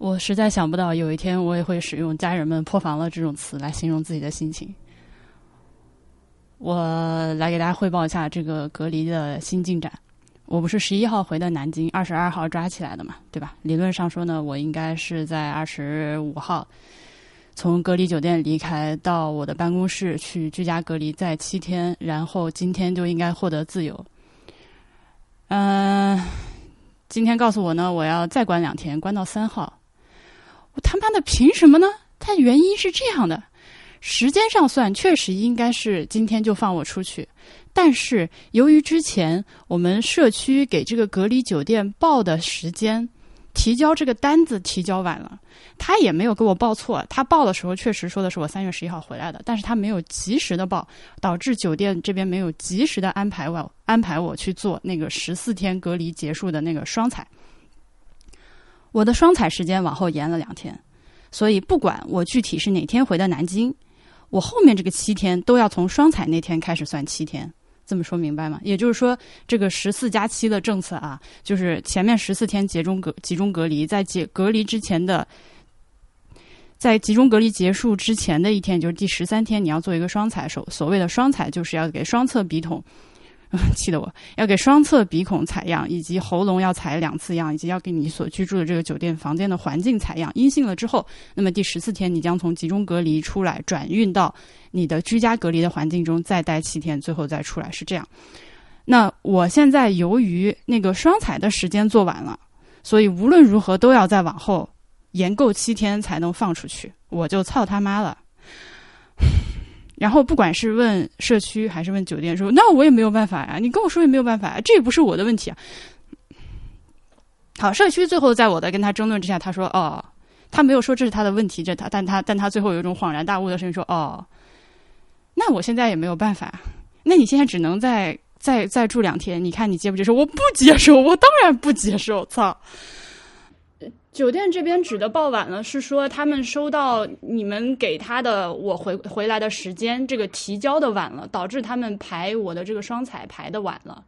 我实在想不到有一天我也会使用家人们破防了这种词来形容自己的心情。我来给大家汇报一下这个隔离的新进展。我不是11号回的南京，22号抓起来的嘛，对吧？理论上说呢，我应该是在25号从隔离酒店离开，到我的办公室去居家隔离在7天，然后今天就应该获得自由。今天告诉我呢，我要再关2天，关到3号。我他妈的凭什么呢？它原因是这样的，时间上算确实应该是今天就放我出去，但是由于之前我们社区给这个隔离酒店报的时间，提交这个单子提交晚了，他也没有给我报错，他报的时候确实说的是我3月11号回来的，但是他没有及时的报，导致酒店这边没有及时的安排我去做那个14天隔离结束的那个双采。我的双采时间往后延了2天，所以不管我具体是哪天回的南京，我后面这个7天都要从双采那天开始算7天。这么说明白吗？也就是说，这个14+7的政策啊，就是前面14天集中隔离，在隔离之前的，在集中隔离结束之前的一天，就是第13天，你要做一个双采。所谓的双采，就是要给双侧鼻孔，气得我要给双侧鼻孔采样，以及喉咙要采2次样，以及要给你所居住的这个酒店房间的环境采样。阴性了之后，那么第14天你将从集中隔离出来，转运到你的居家隔离的环境中，再待7天，最后再出来，是这样。那我现在由于那个双采的时间做晚了，所以无论如何都要再往后延够7天才能放出去，我就操他妈了。然后不管是问社区还是问酒店说，那我也没有办法呀，你跟我说也没有办法呀，这也不是我的问题啊。好，社区最后在我的跟他争论之下，他说哦，他没有说这是他的问题，但他最后有一种恍然大悟的声音说，哦，那我现在也没有办法，那你现在只能再住2天，你看你接不接受？我不接受，我当然不接受，操！酒店这边指的报晚了，是说他们收到你们给他的我回来的时间，这个提交的晚了，导致他们排我的这个双采排的晚了。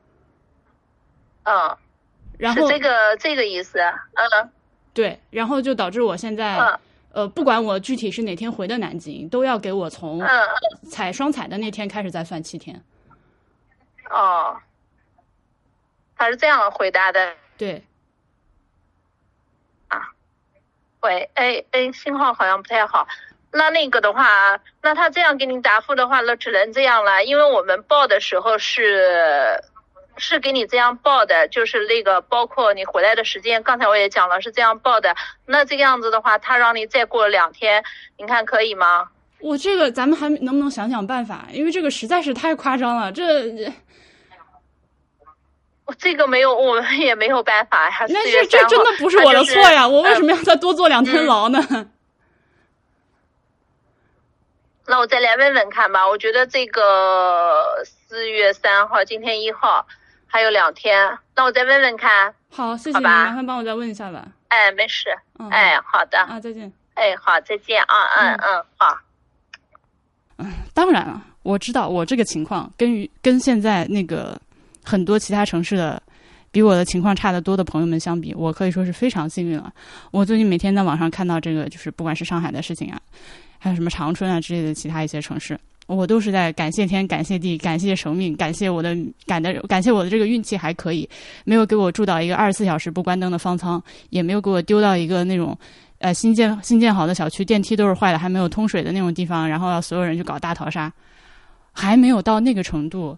然后是这个意思。 对，然后就导致我现在不管我具体是哪天回的南京，都要给我从采双采的那天开始再算7天。 他是这样回答的。 对。 喂，信号好像不太好。那个的话，那他这样给你答复的话，那只能这样了，因为我们报的时候是给你这样报的，就是那个包括你回来的时间，刚才我也讲了是这样报的。那这个样子的话，他让你再过2天，你看可以吗？ 我这个咱们还能不能想想办法？因为这个实在是太夸张了， 这个没有，我们也没有办法呀。 那这真的不是我的错呀，我为什么要再多坐2天牢呢？ 那我再来问问看吧。我觉得这个4月3号，今天1号，还有2天，那我再问问看。 好，谢谢你，麻烦帮我再问一下吧。 没事。好的。 再见。 好，再见啊。好。 当然了，我知道我这个情况跟现在那个很多其他城市的比我的情况差得多的朋友们相比，我可以说是非常幸运了。我最近每天在网上看到这个，就是不管是上海的事情啊，还有什么长春啊之类的其他一些城市，我都是在感谢天、感谢地、感谢生命、感谢我的这个运气还可以，没有给我住到一个24小时不关灯的方舱，也没有给我丢到一个那种新建好的小区电梯都是坏的还没有通水的那种地方，然后要所有人去搞大逃杀，还没有到那个程度。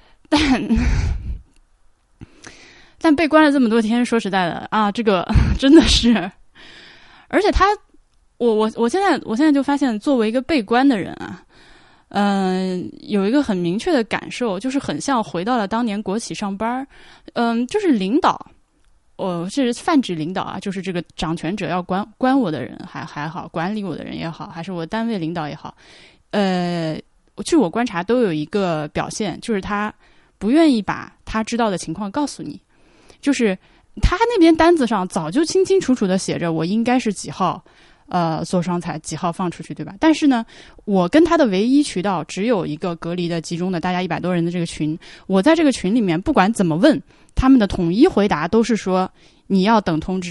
但被关了这么多天，说实在的啊，这个真的是，而且我现在就发现，作为一个被关的人啊，有一个很明确的感受，就是很像回到了当年国企上班，就是领导，是泛指领导啊，就是这个掌权者要关我的人还好，管理我的人也好，还是我单位领导也好，据我观察都有一个表现，就是他不愿意把他知道的情况告诉你，就是他那边单子上早就清清楚楚的写着我应该是几号做双采，几号放出去，对吧？但是呢，我跟他的唯一渠道只有一个隔离的集中的大家100多人的这个群，我在这个群里面不管怎么问，他们的统一回答都是说你要等通知，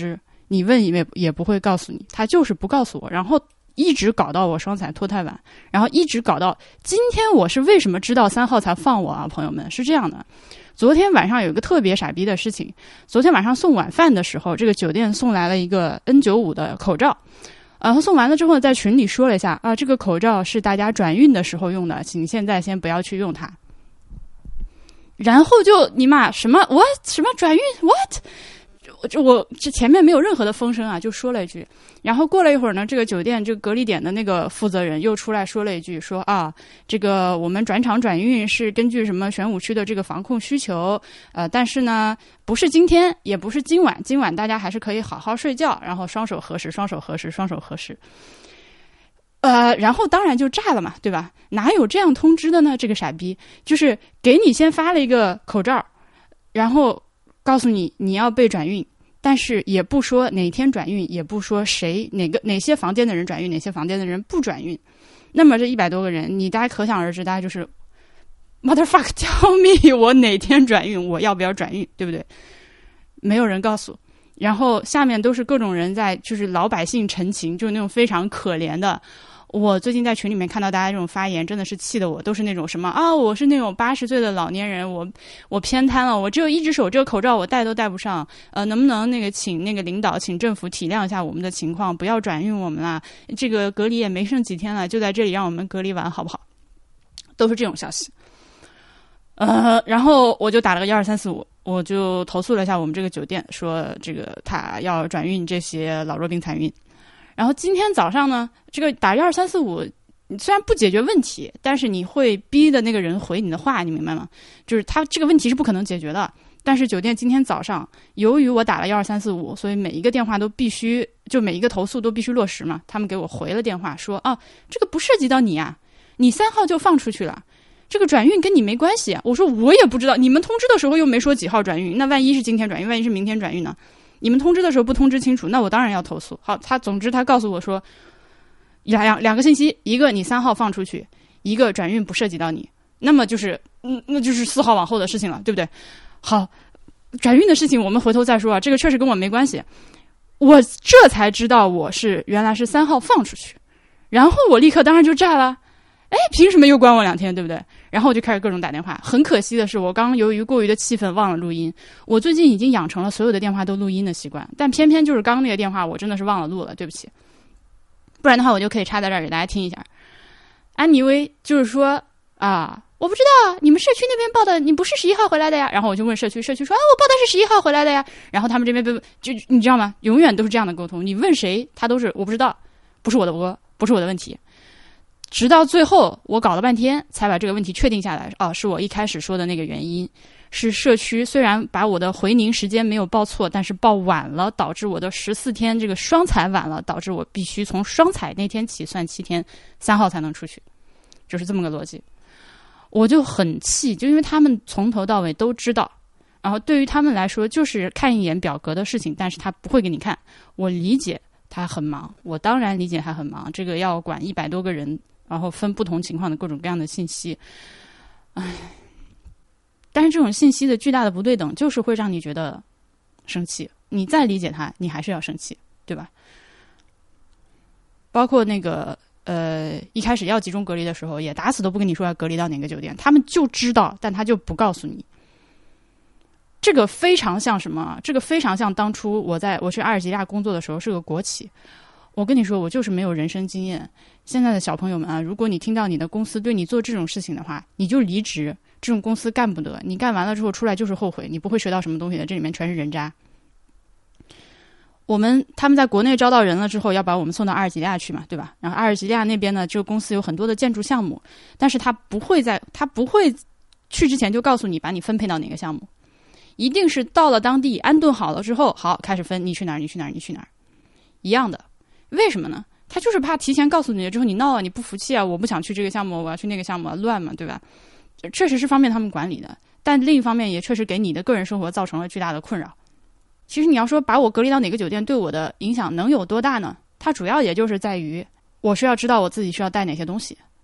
你问也不会告诉你，他就是不告诉我，然后一直搞到我双彩脱太晚，然后一直搞到今天。我是为什么知道3号才放我啊？朋友们，是这样的，昨天晚上有一个特别傻逼的事情。昨天晚上送晚饭的时候，这个酒店送来了一个 N95 的口罩，然后送完了之后在群里说了一下啊，这个口罩是大家转运的时候用的，请现在先不要去用它。然后就你妈什么 what 什么转运 what。我这前面没有任何的风声啊，就说了一句。然后过了一会儿呢，这个酒店这个隔离点的那个负责人又出来说了一句，说啊，这个我们转场转运是根据什么玄武区的这个防控需求，但是呢，不是今天，也不是今晚，今晚大家还是可以好好睡觉，然后双手合十，双手合十，双手合十。然后当然就炸了嘛，对吧？哪有这样通知的呢？这个傻逼就是给你先发了一个口罩，然后告诉你你要被转运。但是也不说哪天转运，也不说哪些房间的人转运，哪些房间的人不转运。那么这100多个人，你大家可想而知，大家就是 motherfuck tell me 我哪天转运，我要不要转运，对不对？没有人告诉。然后下面都是各种人在就是老百姓陈情，就是那种非常可怜的。我最近在群里面看到大家这种发言，真的是气得我，都是那种什么啊，我是那种80岁的老年人，我偏瘫了，我只有一只手，这个口罩我戴都戴不上，能不能那个请那个领导，请政府体谅一下我们的情况，不要转运我们啦，这个隔离也没剩几天了，就在这里让我们隔离完好不好？都是这种消息。然后我就打了个12345，我就投诉了一下我们这个酒店，说这个他要转运这些老弱病残孕。然后今天早上呢，这个打12345虽然不解决问题，但是你会逼的那个人回你的话，你明白吗？就是他这个问题是不可能解决的。但是酒店今天早上，由于我打了12345，所以每一个电话都必须，就每一个投诉都必须落实嘛。他们给我回了电话说，啊，这个不涉及到你啊，你3号就放出去了，这个转运跟你没关系啊。我说我也不知道，你们通知的时候又没说几号转运，那万一是今天转运，万一是明天转运呢？你们通知的时候不通知清楚，那我当然要投诉。好，总之他告诉我说，两个信息，一个你3号放出去，一个转运不涉及到你，那么就是那就是4号往后的事情了，对不对？好，转运的事情我们回头再说啊，这个确实跟我没关系。我这才知道原来是3号放出去，然后我立刻当然就炸了。哎，凭什么又关我2天，对不对？然后我就开始各种打电话。很可惜的是，我刚由于过于的气愤忘了录音。我最近已经养成了所有的电话都录音的习惯，但偏偏就是刚那个电话我真的是忘了录了，对不起。不然的话我就可以插在这儿给大家听一下。安妮薇就是说啊，我不知道你们社区那边报的，你不是11号回来的呀？然后我就问社区说啊，我报的是11号回来的呀。然后他们这边就你知道吗？永远都是这样的沟通，你问谁他都是我不知道，不是我的锅，不是我的问题。直到最后我搞了半天才把这个问题确定下来，是我一开始说的那个原因，是社区虽然把我的回宁时间没有报错，但是报晚了，导致我的14天这个双采晚了，导致我必须从双采那天起算7天，3号才能出去，就是这么个逻辑。我就很气，就因为他们从头到尾都知道，然后对于他们来说就是看一眼表格的事情，但是他不会给你看。我理解他很忙，我当然理解他很忙，这个要管100多个人，然后分不同情况的各种各样的信息，但是这种信息的巨大的不对等，就是会让你觉得生气。你再理解他，你还是要生气，对吧？包括那个一开始要集中隔离的时候，也打死都不跟你说要隔离到哪个酒店，他们就知道，但他就不告诉你。这个非常像什么？这个非常像当初我去阿尔及利亚工作的时候，是个国企。我跟你说，我就是没有人生经验。现在的小朋友们啊，如果你听到你的公司对你做这种事情的话，你就离职，这种公司干不得。你干完了之后出来就是后悔，你不会学到什么东西的，这里面全是人渣。他们在国内招到人了之后，要把我们送到阿尔及利亚去嘛，对吧？然后阿尔及利亚那边呢，这个公司有很多的建筑项目，但是他不会去之前就告诉你把你分配到哪个项目，一定是到了当地安顿好了之后，好开始分你去哪儿，你去哪儿，你去哪儿，一样的。为什么呢？他就是怕提前告诉你了之后你闹啊，你不服气啊，我不想去这个项目，我要去那个项目，乱嘛，对吧？确实是方便他们管理的，但另一方面也确实给你的个人生活造成了巨大的困扰。其实你要说把我隔离到哪个酒店对我的影响能有多大呢？它主要也就是在于我是要知道我自己需要带哪些东西，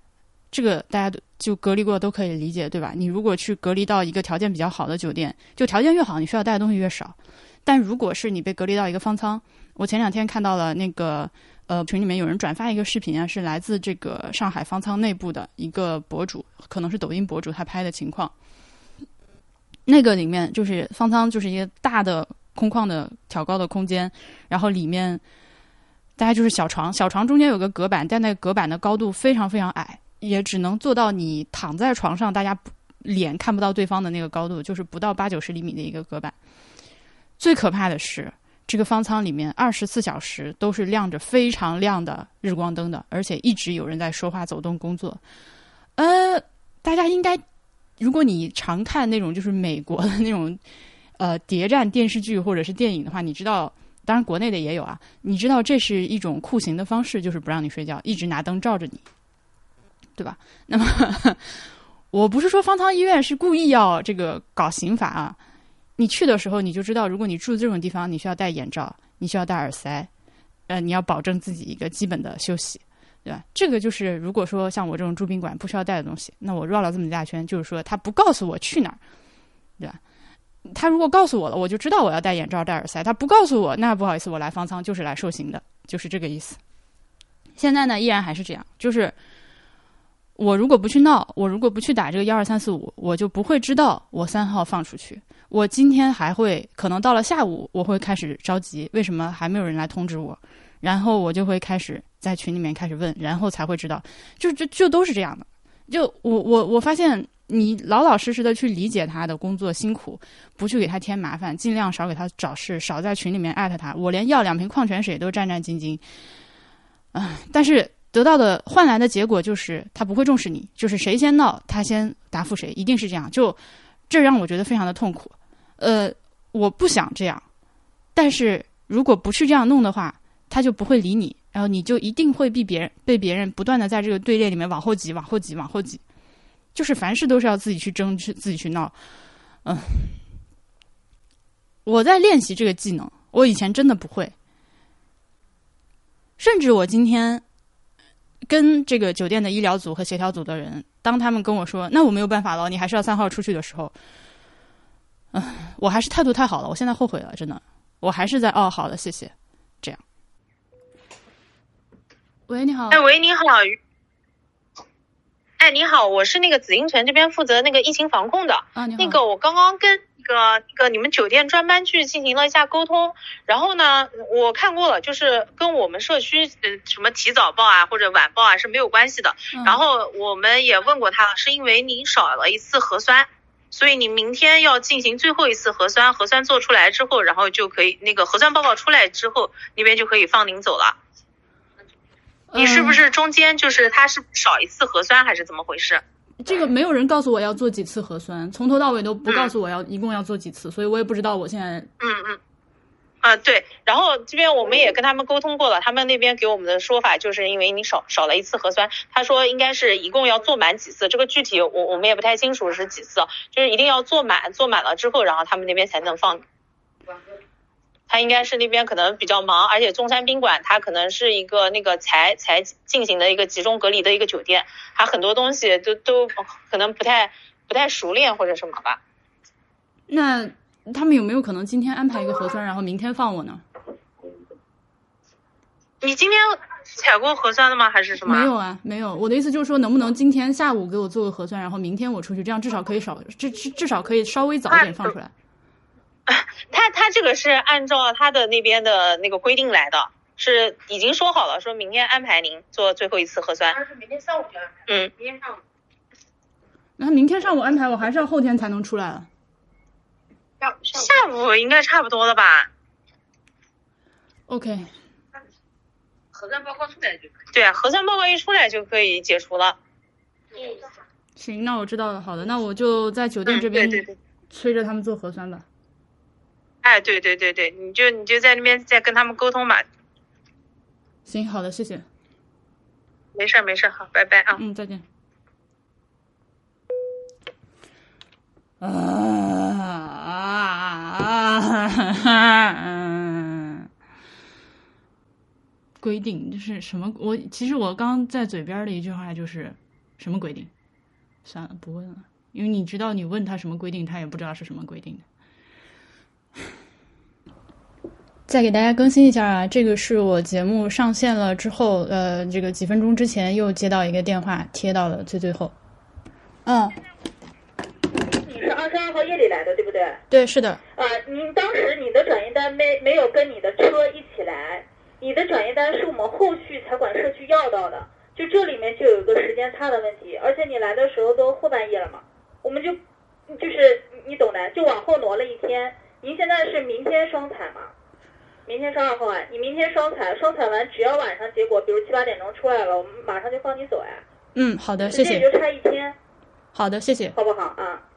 这个大家就隔离过都可以理解，对吧？你如果去隔离到一个条件比较好的酒店，就条件越好，你需要带的东西越少。但如果是你被隔离到一个方舱，我前2天看到了那个群里面有人转发一个视频啊，是来自这个上海方舱内部的一个博主，可能是抖音博主他拍的情况。那个里面就是方舱就是一个大的空旷的挑高的空间，然后里面大概就是小床中间有个隔板，但那个隔板的高度非常非常矮，也只能做到你躺在床上大家脸看不到对方的那个高度，就是不到80-90厘米的一个隔板。最可怕的是这个方舱里面24小时都是亮着非常亮的日光灯的，而且一直有人在说话走动工作。大家应该，如果你常看那种就是美国的那种谍战电视剧或者是电影的话，你知道，当然国内的也有啊，你知道这是一种酷刑的方式，就是不让你睡觉，一直拿灯照着你，对吧？那么我不是说方舱医院是故意要这个搞刑法啊，你去的时候你就知道，如果你住这种地方，你需要戴眼罩，你需要戴耳塞，你要保证自己一个基本的休息，对吧？这个就是如果说像我这种住宾馆不需要带的东西，那我绕了这么一大圈，就是说他不告诉我去哪儿，对吧？他如果告诉我了，我就知道我要戴眼罩戴耳塞，他不告诉我，那不好意思，我来方舱就是来受刑的，就是这个意思。现在呢依然还是这样，就是我如果不去闹，我如果不去打这个12345，我就不会知道我3号放出去。我今天还会可能到了下午我会开始着急，为什么还没有人来通知我，然后我就会开始在群里面开始问，然后才会知道，就都是这样的。就我发现你老老实实的去理解他的工作辛苦，不去给他添麻烦，尽量少给他找事，少在群里面艾特他。我连要2瓶矿泉水都战战兢兢，但是得到的换来的结果就是他不会重视你，就是谁先闹他先答复谁，一定是这样。就这让我觉得非常的痛苦。我不想这样，但是如果不去这样弄的话，他就不会理你，然后你就一定会被别人不断的在这个队列里面往后挤，就是凡事都是要自己去争，自己去闹。我在练习这个技能，我以前真的不会，甚至我今天跟这个酒店的医疗组和协调组的人，当他们跟我说那我没有办法了，你还是要3号出去的时候，我还是态度太好了，我现在后悔了，真的，我还是在好的谢谢这样。喂，你好。 喂，你好。你好，我是那个紫禁城这边负责那个疫情防控的。 你好。 那个我刚刚跟那个你们酒店专班去进行了一下沟通，然后呢，我看过了，就是跟我们社区什么提早报啊或者晚报啊是没有关系的。然后我们也问过他，是因为你少了一次核酸，所以你明天要进行最后一次核酸，核酸做出来之后，然后就可以那个核酸报告出来之后，那边就可以放您走了。你是不是中间就是他是少一次核酸还是怎么回事？ 这个没有人告诉我要做几次核酸，从头到尾都不告诉我一共要做几次，所以我也不知道我现在。 对，然后这边我们也跟他们沟通过了，他们那边给我们的说法就是因为你少了一次核酸，他说应该是一共要做满几次，这个具体我们也不太清楚是几次，就是一定要做满了之后，然后他们那边才能放。他应该是那边可能比较忙，而且中山宾馆它可能是一个那个才进行的一个集中隔离的一个酒店，它很多东西都可能不太熟练或者什么吧。 那他们有没有可能今天安排一个核酸，然后明天放我呢？ 你今天采过核酸了吗？还是什么？ 没有啊，没有。我的意思就是说，能不能今天下午给我做个核酸，然后明天我出去，这样至少可以至少可以稍微早一点放出来。 他这个是按照他的那边的那个规定来的，是已经说好了，说明天安排您做最后一次核酸。是明天上午就安排。明天上午。 那明天上午安排，我还是要后天才能出来了。 下午应该差不多了吧 ？OK。 核酸报告出来就可以。对啊，核酸报告一出来就可以解除了。 行，那我知道了。好的，那我就在酒店这边催着他们做核酸吧。 对，你就在那边再跟他们沟通吧。 行，好的，谢谢。 没事，好，拜拜啊。 再见。规定就是什么？其实我刚在嘴边的一句话就是， 什么规定？算了，不问了，因为你知道，你问他什么规定，他也不知道是什么规定的。再给大家更新一下啊，这个是我节目上线了之后，这个几分钟之前又接到一个电话，贴到了最后。 你是22号夜里来的，对不对？ 对，是的。 您当时你的转运单没有跟你的车一起来，你的转运单是我们后续财管社区要到的，就这里面就有一个时间差的问题，而且你来的时候都后半夜了嘛，我们就是你懂的，就往后挪了一天。您现在是明天双采嘛？明天是2号啊，你明天双采完，只要晚上结果，比如7、8点钟出来了，我们马上就放你走呀。 好的，谢谢。 时间就差1天。 好的，谢谢， 好不好啊？